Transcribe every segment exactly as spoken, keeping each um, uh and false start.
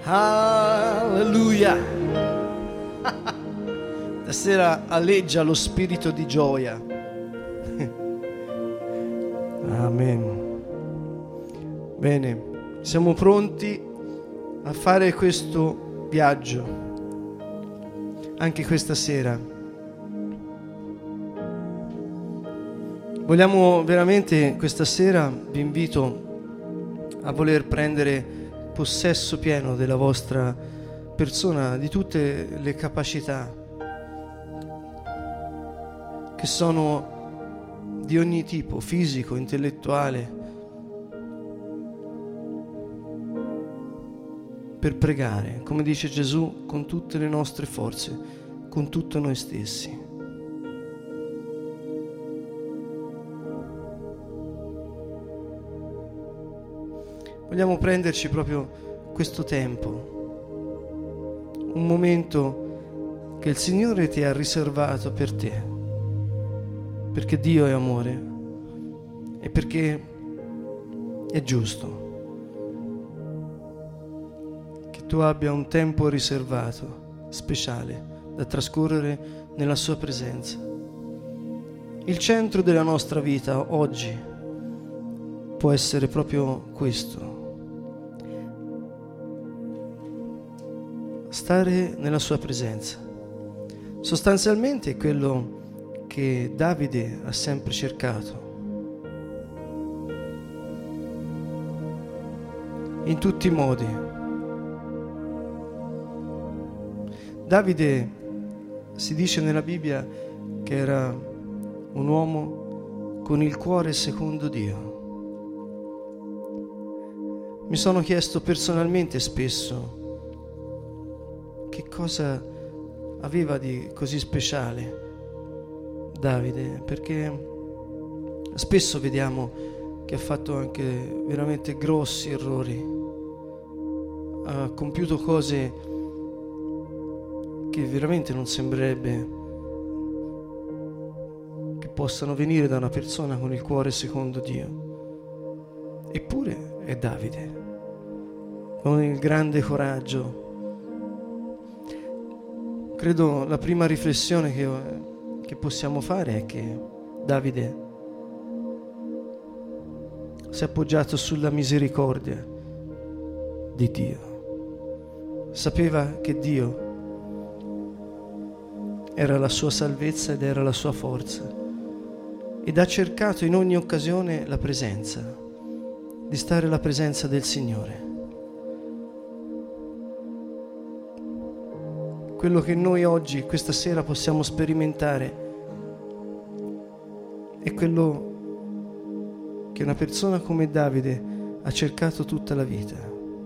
Alleluia. Stasera alleggia lo spirito di gioia. Amen. Bene, siamo pronti a fare questo viaggio anche questa sera. Vogliamo veramente questa sera, vi invito a voler prendere possesso pieno della vostra persona, di tutte le capacità che sono di ogni tipo, fisico, intellettuale, per pregare, come dice Gesù, con tutte le nostre forze, con tutto noi stessi. Vogliamo prenderci proprio questo tempo, un momento che il Signore ti ha riservato per te, perché Dio è amore e perché è giusto che tu abbia un tempo riservato, speciale, da trascorrere nella sua presenza. Il centro della nostra vita oggi può essere proprio questo: stare nella sua presenza. Sostanzialmente è quello che Davide ha sempre cercato, in tutti i modi. Davide, si dice nella Bibbia, che era un uomo con il cuore secondo Dio. Mi sono chiesto personalmente spesso che cosa aveva di così speciale Davide, perché spesso vediamo che ha fatto anche veramente grossi errori, ha compiuto cose che veramente non sembrerebbe che possano venire da una persona con il cuore secondo Dio. Eppure è Davide, con il grande coraggio. Credo la prima riflessione che, che possiamo fare è che Davide si è appoggiato sulla misericordia di Dio. Sapeva che Dio era la sua salvezza ed era la sua forza, ed ha cercato in ogni occasione la presenza, di stare alla presenza del Signore. Quello che noi oggi, questa sera, possiamo sperimentare è quello che una persona come Davide ha cercato tutta la vita.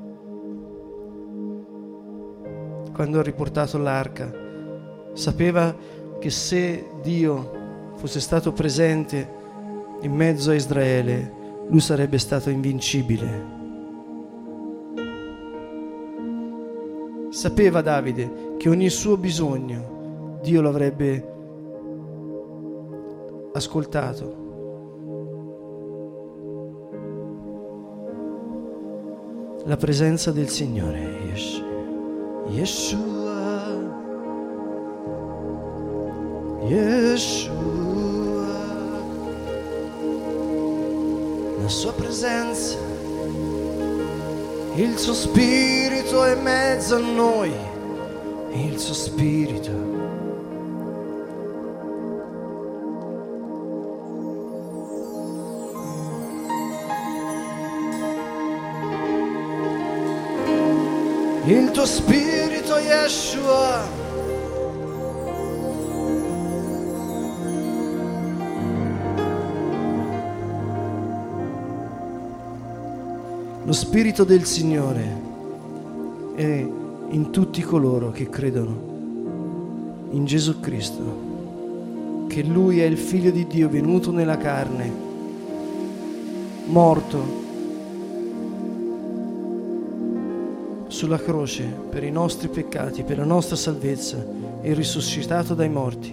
Quando ha riportato l'arca, sapeva che se Dio fosse stato presente in mezzo a Israele, lui sarebbe stato invincibile. Sapeva Davide che ogni suo bisogno Dio lo avrebbe ascoltato. La presenza del Signore, Yeshua, Yeshua, la sua presenza, il suo spirito è in mezzo a noi, il suo spirito. Il tuo spirito, Yeshua. Lo spirito del Signore è in tutti coloro che credono in Gesù Cristo, che Lui è il Figlio di Dio venuto nella carne, morto sulla croce per i nostri peccati, per la nostra salvezza, e risuscitato dai morti.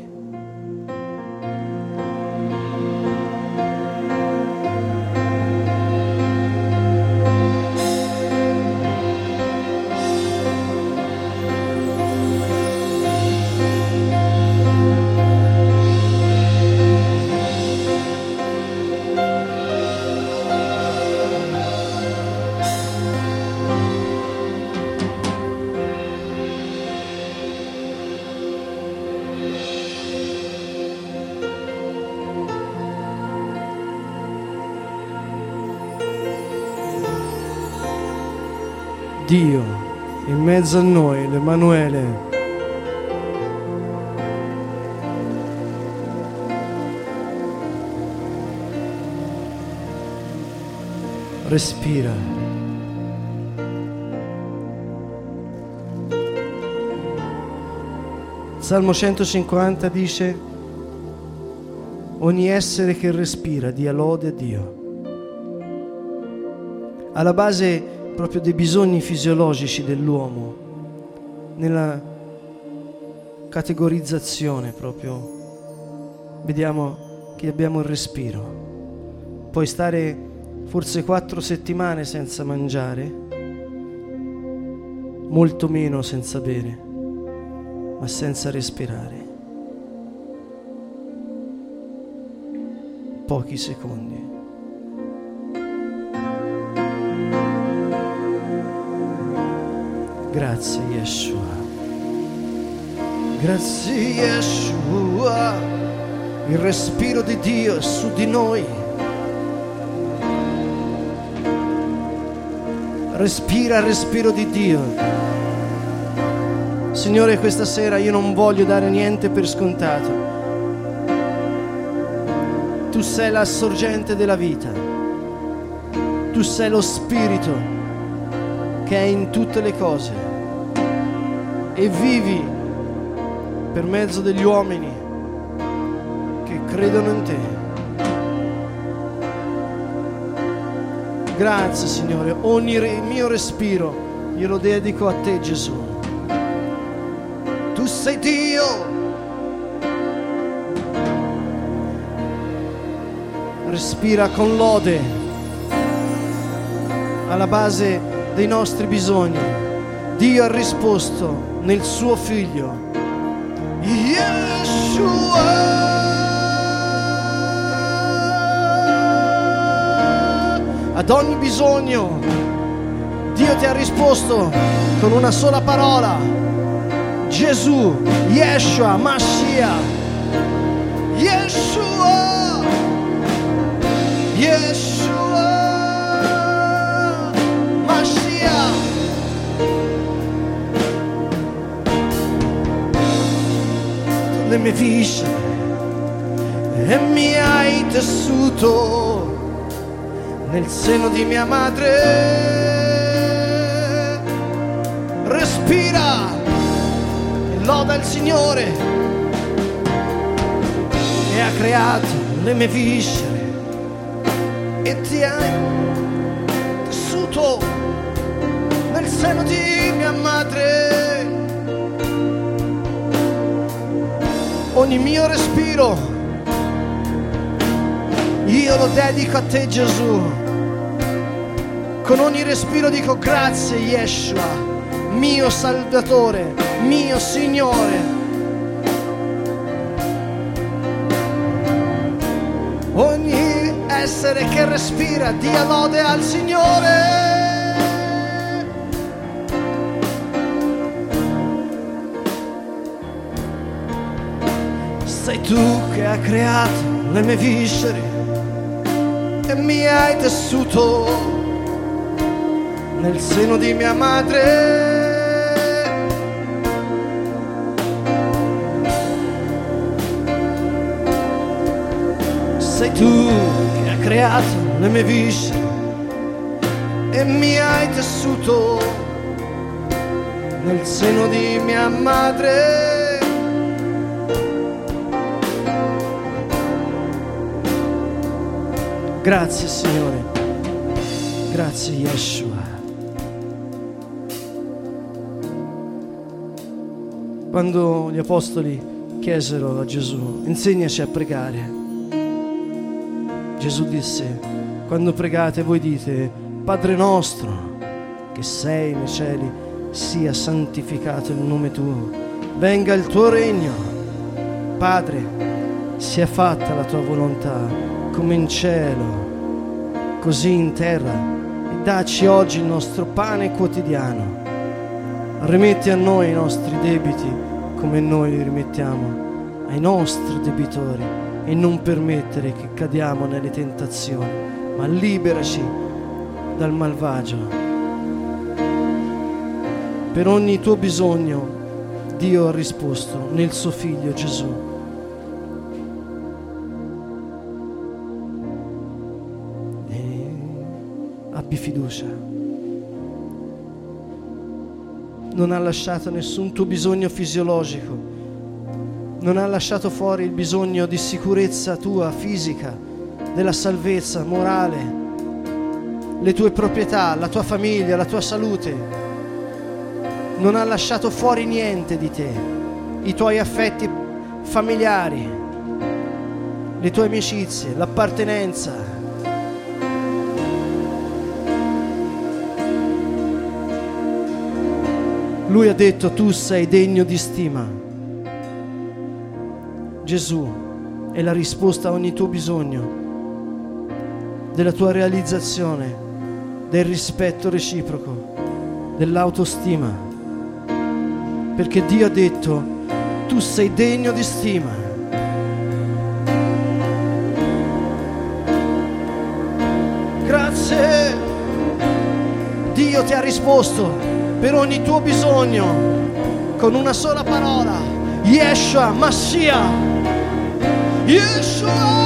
Dio in mezzo a noi, l'Emanuele. Respira. Salmo centocinquanta dice: ogni essere che respira dia lode a Dio. Alla base proprio dei bisogni fisiologici dell'uomo, nella categorizzazione proprio, vediamo che abbiamo il respiro. Puoi stare forse quattro settimane senza mangiare, molto meno senza bere, ma senza respirare. Pochi secondi. Grazie Yeshua. Grazie Yeshua. Il respiro di Dio è su di noi. Respira il respiro di Dio. Signore, questa sera io non voglio dare niente per scontato. Tu sei la sorgente della vita. Tu sei lo spirito che è in tutte le cose e vivi per mezzo degli uomini che credono in te. Grazie Signore, ogni re- mio respiro io lo dedico a te, Gesù. Tu sei Dio. Respira con lode alla base dei nostri bisogni. Dio ha risposto nel suo Figlio Yeshua. Ad ogni bisogno Dio ti ha risposto con una sola parola: Gesù, Yeshua, Mashiach, Yeshua, Yeshua, Mashiach. Tu le mie viscere e mi hai tessuto nel seno di mia madre. Respira e loda il Signore che ha creato le mie viscere e ti ha tessuto nel seno di mia madre. Ogni mio respiro io lo dedico a te, Gesù. Con ogni respiro dico grazie Yeshua, mio Salvatore, mio Signore. Ogni essere che respira dia lode al Signore. Sei tu che hai creato le mie viscere e mi hai tessuto nel seno di mia madre. Sei tu che hai creato le mie viscere e mi hai tessuto nel seno di mia madre. Grazie Signore, grazie Yeshua. Quando gli apostoli chiesero a Gesù: insegnaci a pregare, Gesù disse: quando pregate voi dite: Padre nostro che sei nei cieli, sia santificato il nome tuo, venga il tuo regno. Padre, sia fatta la tua volontà come in cielo, così in terra, e dacci oggi il nostro pane quotidiano. Rimetti a noi i nostri debiti come noi li rimettiamo ai nostri debitori, e non permettere che cadiamo nelle tentazioni, ma liberaci dal malvagio. Per ogni tuo bisogno Dio ha risposto nel suo Figlio Gesù. E abbi fiducia. Non ha lasciato nessun tuo bisogno fisiologico, non ha lasciato fuori il bisogno di sicurezza tua fisica, della salvezza morale, le tue proprietà, la tua famiglia, la tua salute. Non ha lasciato fuori niente di te, i tuoi affetti familiari, le tue amicizie, l'appartenenza. Lui ha detto: tu sei degno di stima. Gesù è la risposta a ogni tuo bisogno, della tua realizzazione, del rispetto reciproco, dell'autostima. Perché Dio ha detto: tu sei degno di stima. Grazie. Dio ti ha risposto per ogni tuo bisogno con una sola parola: Yeshua Mashiach. Yeshua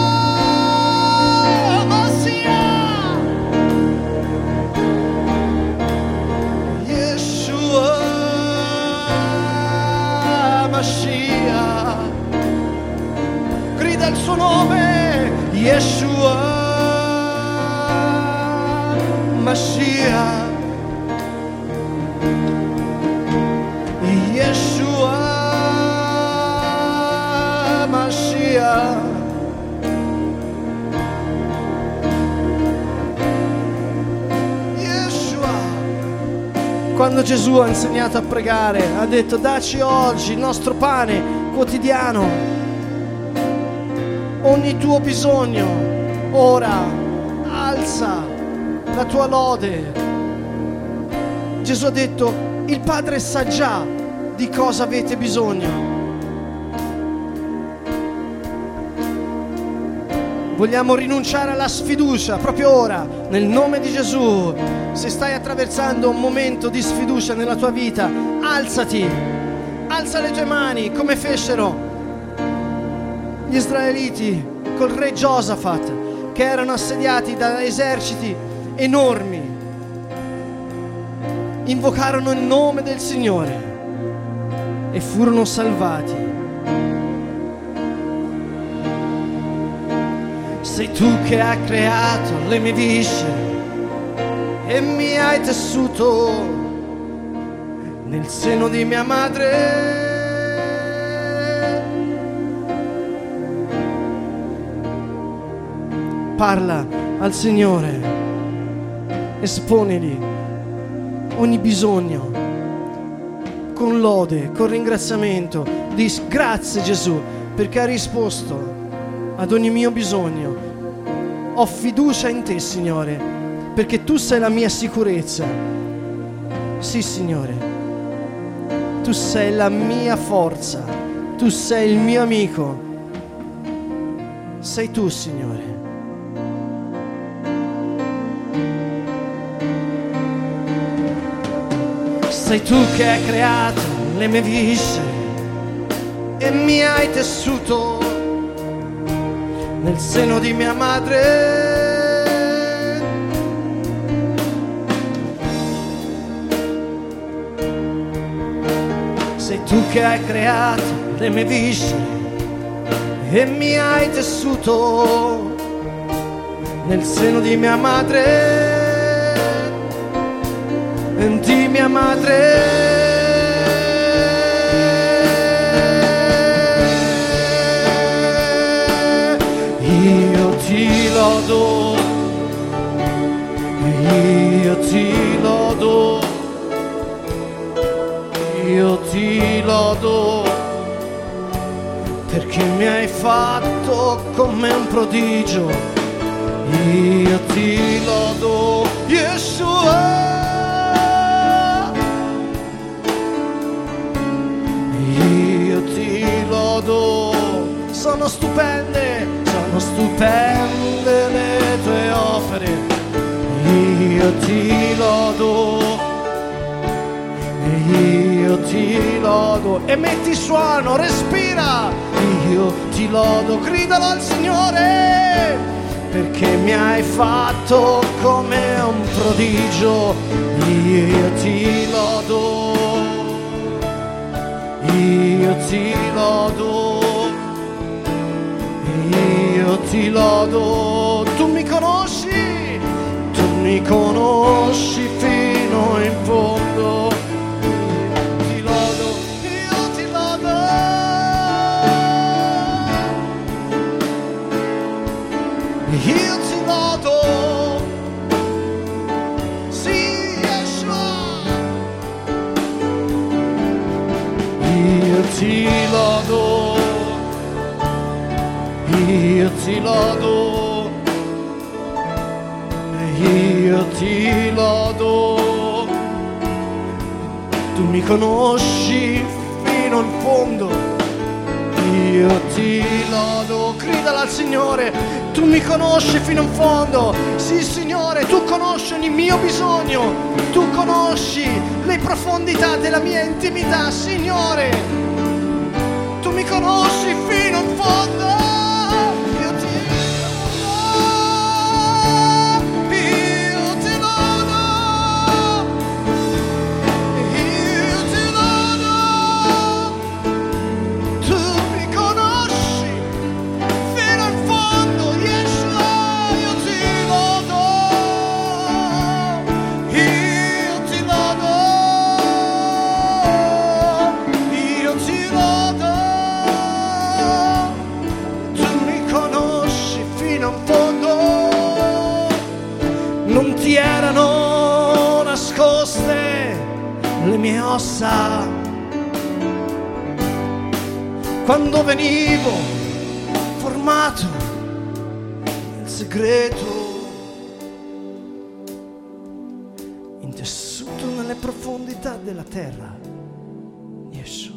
grida il suo nome, Yeshua Mashiach, Yeshua Mashiach. Yeshua. Quando Gesù ha insegnato a pregare, ha detto: dacci oggi il nostro pane quotidiano. Ogni tuo bisogno, ora alza la tua lode. Gesù ha detto: il Padre sa già di cosa avete bisogno. Vogliamo rinunciare alla sfiducia proprio ora, nel nome di Gesù. Se stai attraversando un momento di sfiducia nella tua vita, alzati, alza le tue mani come fecero gli israeliti col re Giosafat, che erano assediati da eserciti enormi. Invocarono il nome del Signore e furono salvati. Sei tu che hai creato le mie viscere e mi hai tessuto nel seno di mia madre. Parla al Signore, esponili ogni bisogno con lode, con ringraziamento. Dici: grazie Gesù, perché hai risposto ad ogni mio bisogno. Ho fiducia in te, Signore, perché tu sei la mia sicurezza. Sì, Signore, tu sei la mia forza, tu sei il mio amico. Sei tu, Signore. Sei tu che hai creato le mie viscere e mi hai tessuto nel seno di mia madre. Sei tu che hai creato le mie viscere e mi hai tessuto nel seno di mia madre. Di mia madre. Io ti lodo, io ti lodo, io ti lodo, perché mi hai fatto come un prodigio. Io ti lodo, Yeshua. Sono stupende, sono stupende le tue opere. Io ti lodo, io ti lodo. E metti suono, respira. Io ti lodo, gridalo al Signore, perché mi hai fatto come un prodigio. Io ti lodo, io ti lodo, io ti lodo. Tu mi conosci, tu mi conosci fino in fondo. Ti lodo, io ti lodo. Io ti lodo. Sì, Yeshua. Io ti lodo. Io ti lodo. Io ti lodo. Tu mi conosci fino in fondo. Io ti lodo. Gridala al Signore. Tu mi conosci fino in fondo. Sì, Signore, tu conosci ogni mio bisogno. Tu conosci le profondità della mia intimità, Signore. Tu mi conosci fino in fondo. Io ti lodo. Io ti lodo. Io ti lodo. Tu mi conosci fino in fondo, Yeshua. Io ti lodo. Io ti lodo. Io ti lodo. Tu mi conosci fino in fondo. Non ti erano nascoste le mie ossa quando venivo formato nel segreto, intessuto nelle profondità della terra. Yeshua.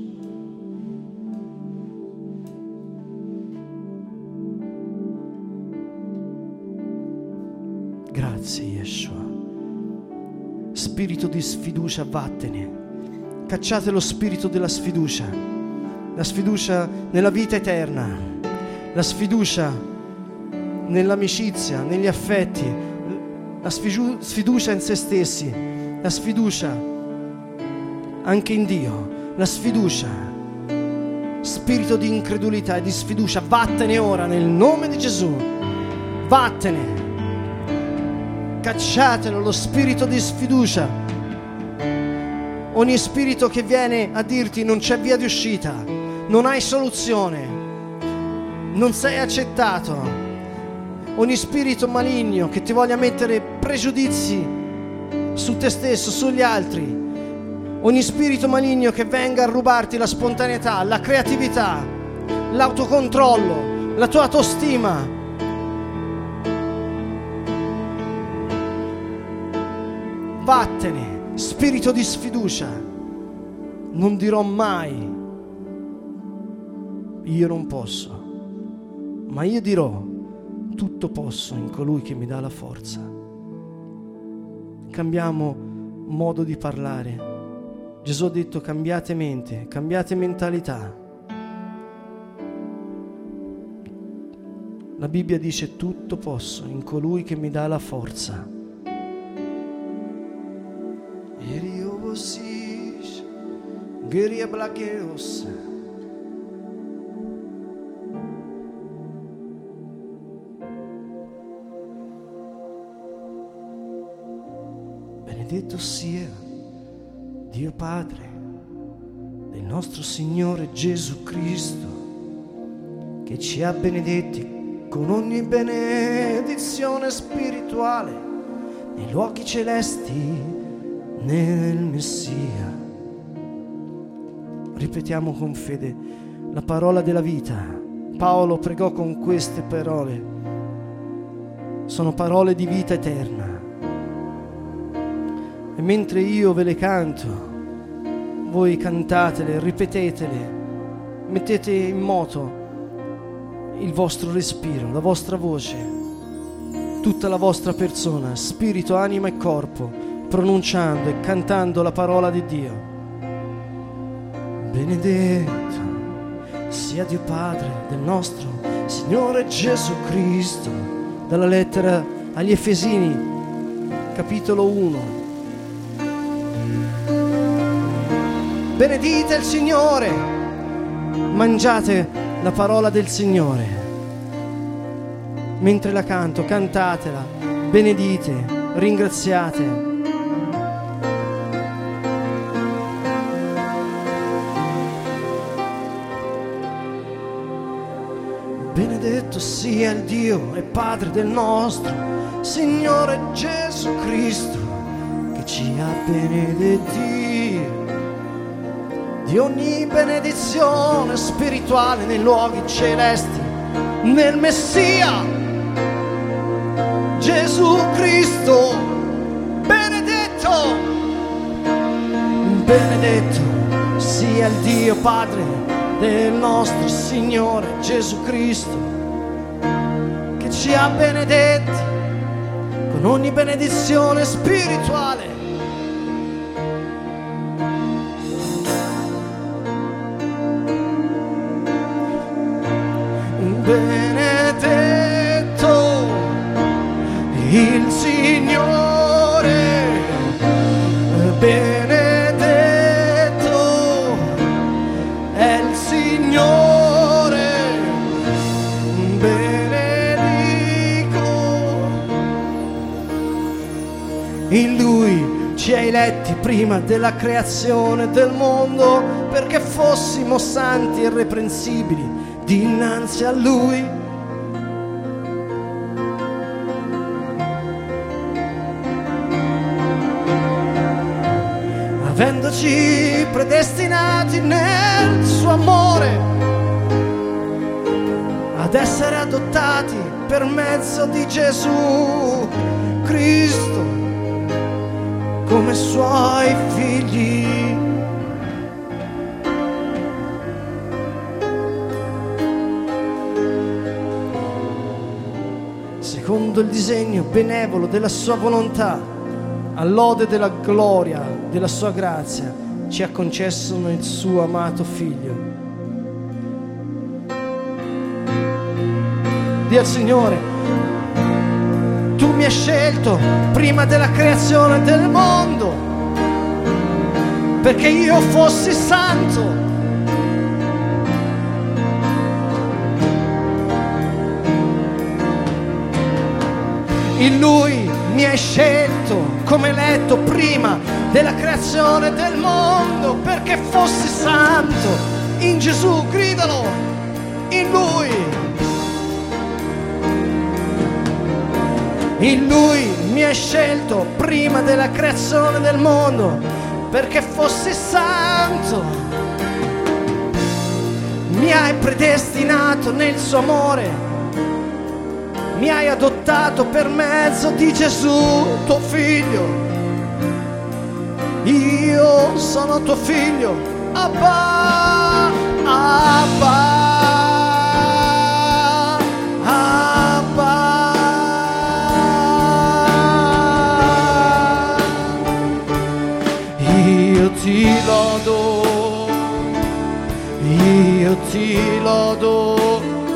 Grazie, Yeshua. Spirito di sfiducia, vattene. Cacciate lo spirito della sfiducia. La sfiducia nella vita eterna. La sfiducia nell'amicizia, negli affetti. La sfidu- sfiducia in se stessi. La sfiducia anche in Dio. La sfiducia. Spirito di incredulità e di sfiducia, vattene ora nel nome di Gesù. Vattene. Cacciatelo lo spirito di sfiducia. Ogni spirito che viene a dirti non c'è via di uscita, non hai soluzione, non sei accettato. Ogni spirito maligno che ti voglia mettere pregiudizi su te stesso, sugli altri. Ogni spirito maligno che venga a rubarti la spontaneità, la creatività, l'autocontrollo, la tua autostima. Vattene, spirito di sfiducia. Non dirò mai io non posso, ma io dirò tutto posso in colui che mi dà la forza. Cambiamo modo di parlare. Gesù ha detto cambiate mente, cambiate mentalità. La Bibbia dice tutto posso in colui che mi dà la forza. Benedetto sia Dio Padre del nostro Signore Gesù Cristo, che ci ha benedetti con ogni benedizione spirituale nei luoghi celesti nel Messia. Ripetiamo con fede la parola della vita. Paolo pregò con queste parole. Sono parole di vita eterna. E mentre io ve le canto, voi cantatele, ripetetele, mettete in moto il vostro respiro, la vostra voce, tutta la vostra persona, spirito, anima e corpo. pronunciando e cantando la parola di Dio. Benedetto sia Dio Padre del nostro Signore Gesù Cristo. Dalla lettera agli Efesini, capitolo uno. Benedite il Signore, mangiate la parola del Signore. Mentre la canto, cantatela, benedite, ringraziate. Benedetto sia il Dio e Padre del nostro Signore Gesù Cristo, che ci ha benedetti di ogni benedizione spirituale nei luoghi celesti, nel Messia Gesù Cristo. Benedetto, benedetto sia il Dio Padre del nostro Signore Gesù Cristo, che ci ha benedetti con ogni benedizione spirituale. Benedetto il Signore, benedetto è il Signore, benedico. In Lui ci ha eletti prima della creazione del mondo, perché fossimo santi e irreprensibili dinanzi a Lui. Avendoci predestinati nel suo amore ad essere adottati per mezzo di Gesù Cristo come suoi figli. Secondo il disegno benevolo della sua volontà, all'ode della gloria della sua grazia, ci ha concesso il suo amato Figlio. Dì al Signore: tu mi hai scelto prima della creazione del mondo, perché io fossi santo. In Lui mi hai scelto come eletto prima della creazione del mondo, perché fossi santo. In Gesù, gridalo, in Lui. In Lui mi hai scelto prima della creazione del mondo, perché fossi santo. Mi hai predestinato nel suo amore, mi hai adottato per mezzo di Gesù, tuo Figlio. Io sono tuo Figlio, Abba, Abba, Abba. Io ti lodo, io ti lodo,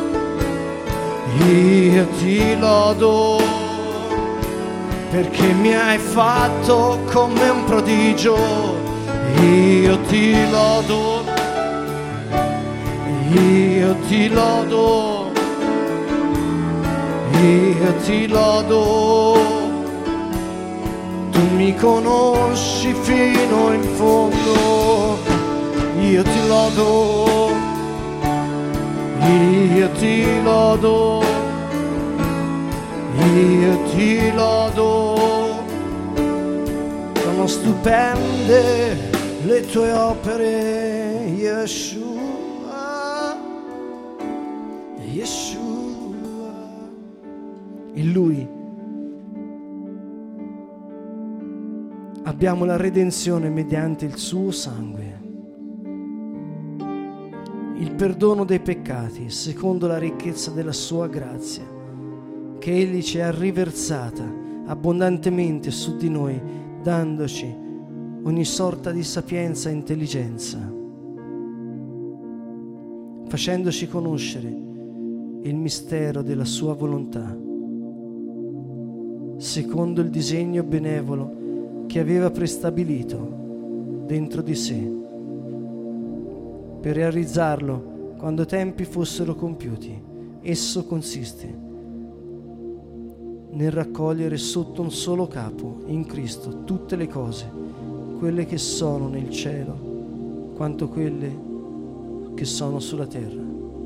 io ti lodo, perché mi hai fatto come un prodigio. Io ti lodo, io ti lodo, io ti lodo. Tu mi conosci fino in fondo. Io ti lodo, io ti lodo, io ti lodo. Sono stupende le tue opere, Yeshua, Yeshua. In Lui abbiamo la redenzione mediante il suo sangue, il perdono dei peccati secondo la ricchezza della sua grazia, che Egli ci ha riversata abbondantemente su di noi dandoci ogni sorta di sapienza e intelligenza, facendoci conoscere il mistero della sua volontà, secondo il disegno benevolo che aveva prestabilito dentro di sé, per realizzarlo quando i tempi fossero compiuti. Esso consiste nel raccogliere sotto un solo capo, in Cristo, tutte le cose, quelle che sono nel cielo, quanto quelle che sono sulla terra.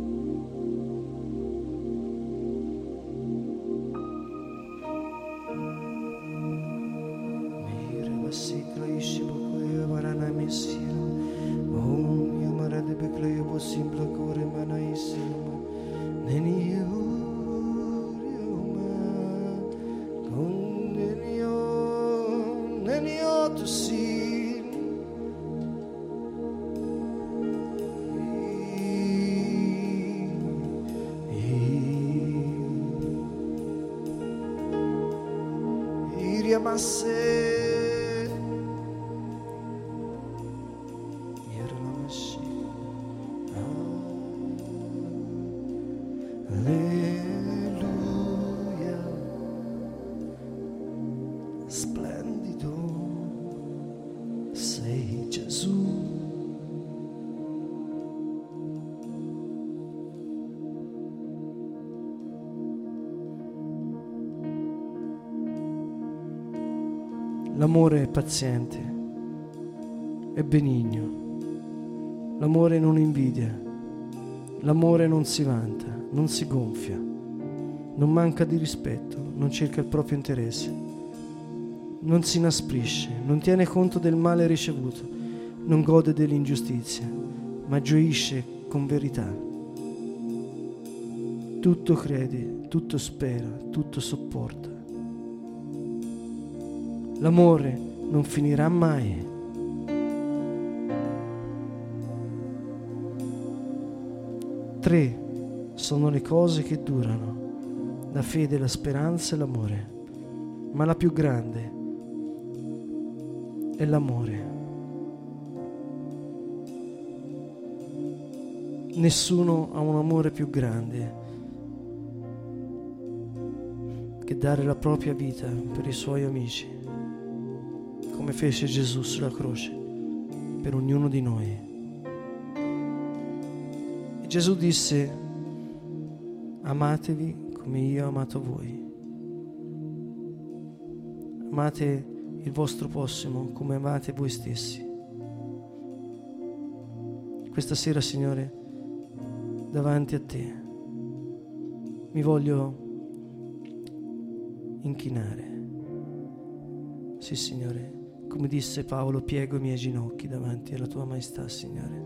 L'amore è paziente, è benigno, l'amore non invidia, l'amore non si vanta, non si gonfia, non manca di rispetto, non cerca il proprio interesse, non si inasprisce, non tiene conto del male ricevuto, non gode dell'ingiustizia, ma gioisce con verità. Tutto crede, tutto spera, tutto sopporta. L'amore non finirà mai. Tre sono le cose che durano: la fede, la speranza e l'amore. Ma la più grande è l'amore. Nessuno ha un amore più grande che dare la propria vita per i suoi amici, come fece Gesù sulla croce per ognuno di noi. E Gesù disse: amatevi come io ho amato voi. Amate il vostro prossimo come amate voi stessi. Questa sera, Signore, davanti a te mi voglio inchinare. Sì, Signore, come disse Paolo, piego i miei ginocchi davanti alla tua maestà, Signore.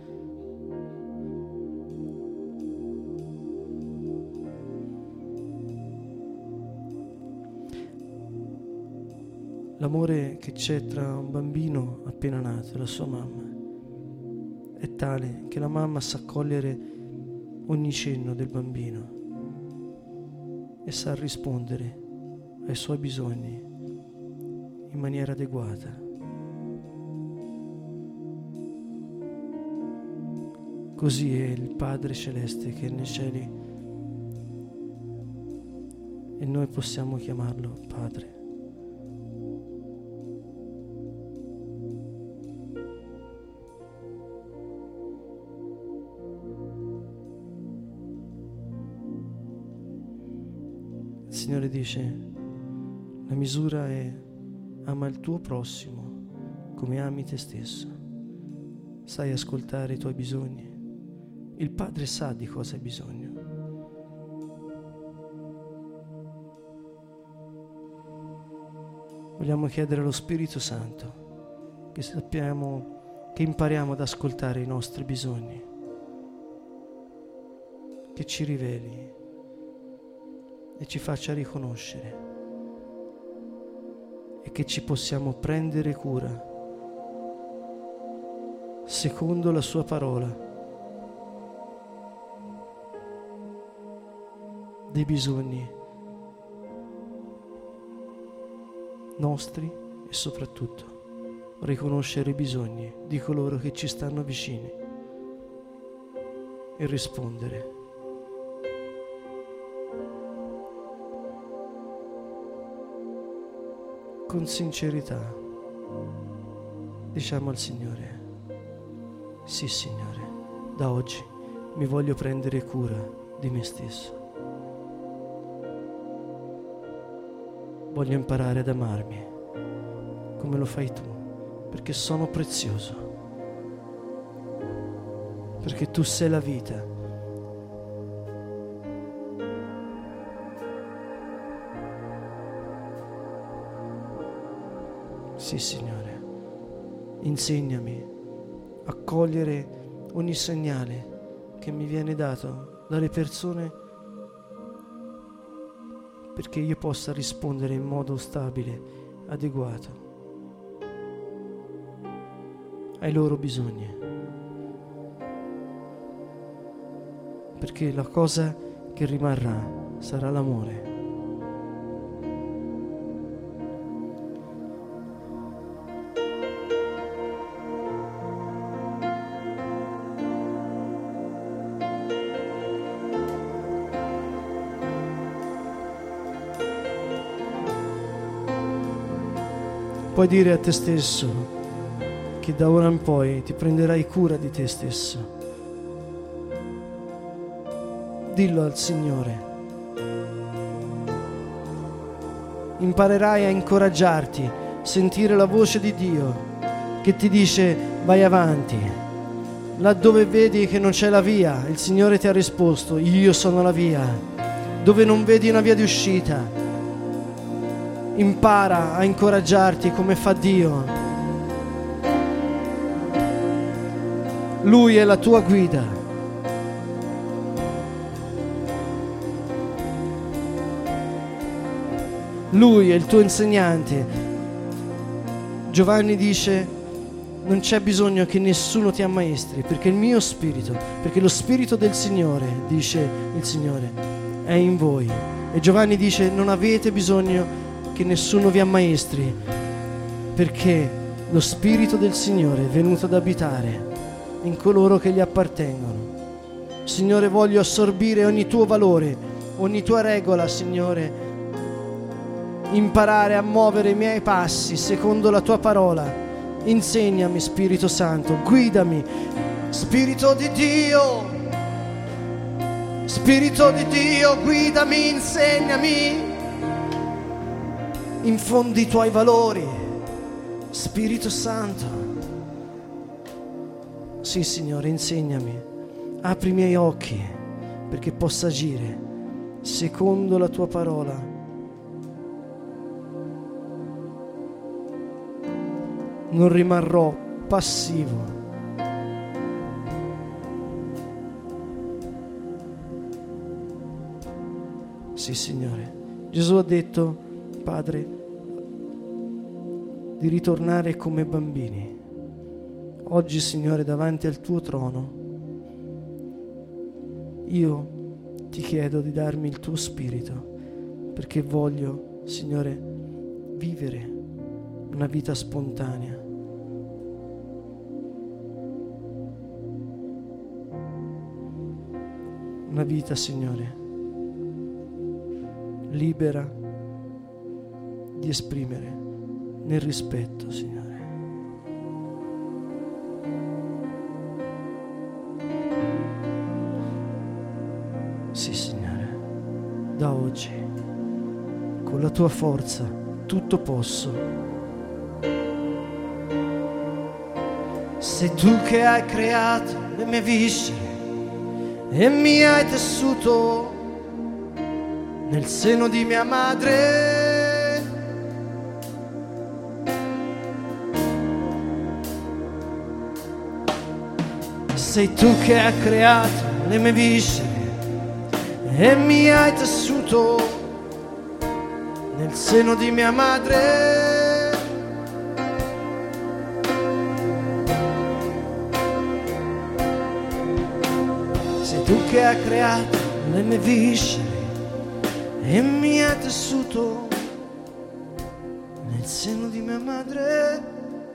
L'amore che c'è tra un bambino appena nato e la sua mamma è tale che la mamma sa cogliere ogni cenno del bambino e sa rispondere ai suoi bisogni in maniera adeguata. Così è il Padre Celeste che è nei cieli e noi possiamo chiamarlo Padre. Il Signore dice: la misura è: ama il tuo prossimo come ami te stesso. Sai ascoltare i tuoi bisogni. Il Padre sa di cosa hai bisogno. Vogliamo chiedere allo Spirito Santo che sappiamo, che impariamo ad ascoltare i nostri bisogni, che ci riveli e ci faccia riconoscere e che ci possiamo prendere cura secondo la sua parola dei bisogni nostri e soprattutto riconoscere i bisogni di coloro che ci stanno vicini e rispondere. Con sincerità diciamo al Signore: sì Signore, da oggi mi voglio prendere cura di me stesso. Voglio imparare ad amarmi come lo fai tu, perché sono prezioso, perché tu sei la vita. Sì, Signore, insegnami a cogliere ogni segnale che mi viene dato dalle persone, perché io possa rispondere in modo stabile, adeguato ai loro bisogni. Perché la cosa che rimarrà sarà l'amore. Puoi dire a te stesso che da ora in poi ti prenderai cura di te stesso. Dillo al Signore. Imparerai a incoraggiarti, sentire la voce di Dio che ti dice vai avanti. Laddove vedi che non c'è la via, il Signore ti ha risposto: io sono la via. Dove non vedi una via di uscita, impara a incoraggiarti come fa Dio. Lui è la tua guida. Lui è il tuo insegnante. Giovanni dice: non c'è bisogno che nessuno ti ammaestri, perché il mio spirito, perché lo spirito del Signore, dice il Signore, è in voi. E Giovanni dice: non avete bisogno che nessuno vi ammaestri, perché lo Spirito del Signore è venuto ad abitare in coloro che gli appartengono. Signore, voglio assorbire ogni tuo valore, ogni tua regola, Signore, imparare a muovere i miei passi secondo la tua parola. Insegnami, Spirito Santo, guidami, Spirito di Dio, Spirito di Dio, guidami, insegnami. Infondi i tuoi valori, Spirito Santo. Sì, Signore, insegnami, apri i miei occhi perché possa agire secondo la tua parola. Non rimarrò passivo. Sì, Signore. Gesù ha detto: Padre, di ritornare come bambini. Oggi, Signore, davanti al tuo trono, io ti chiedo di darmi il tuo spirito, perché voglio, Signore, vivere una vita spontanea. Una vita, Signore, libera di esprimere nel rispetto, Signore. Sì, Signore, da oggi, con la tua forza, tutto posso. Sei tu che hai creato le mie viscere e mi hai tessuto nel seno di mia madre. Sei tu che hai creato le mie viscere e mi hai tessuto nel seno di mia madre. Sei tu che hai creato le mie viscere e mi hai tessuto nel seno seno di mia madre.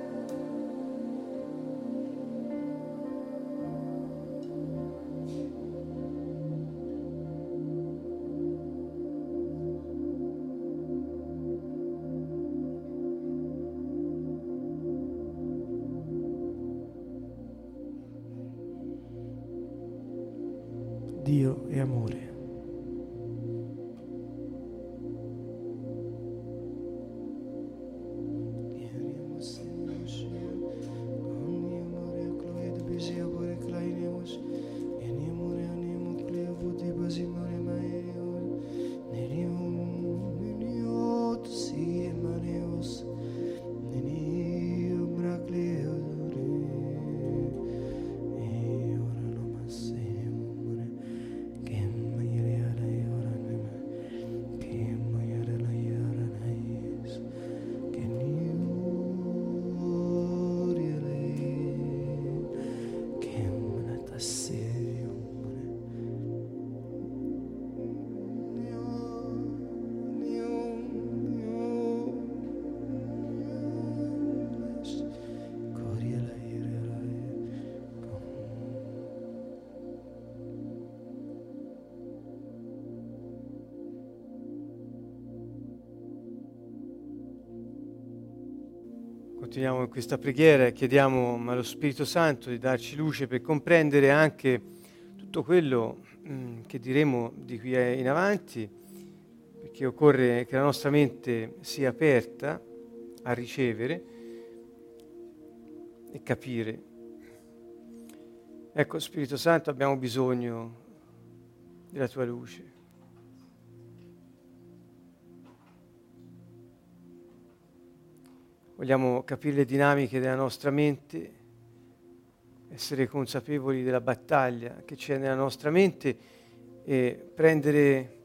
Dio è amore. Continuiamo in questa preghiera e chiediamo allo Spirito Santo di darci luce per comprendere anche tutto quello mh, che diremo di qui in avanti, perché occorre che la nostra mente sia aperta a ricevere e capire. Ecco, Spirito Santo, abbiamo bisogno della tua luce. Vogliamo capire le dinamiche della nostra mente, essere consapevoli della battaglia che c'è nella nostra mente e prendere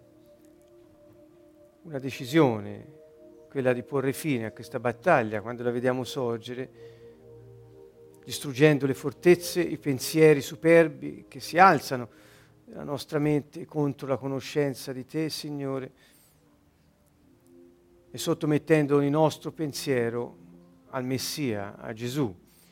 una decisione, quella di porre fine a questa battaglia quando la vediamo sorgere, distruggendo le fortezze, i pensieri superbi che si alzano nella nostra mente contro la conoscenza di te, Signore, e sottomettendo ogni nostro pensiero al Messia, a Gesù.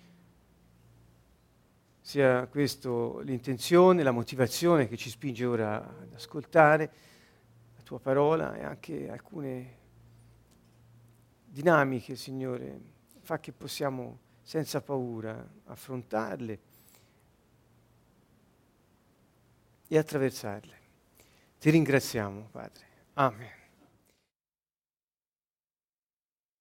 Sia questo l'intenzione, la motivazione che ci spinge ora ad ascoltare la tua parola e anche alcune dinamiche, Signore, fa che possiamo senza paura affrontarle e attraversarle. Ti ringraziamo, Padre. Amen.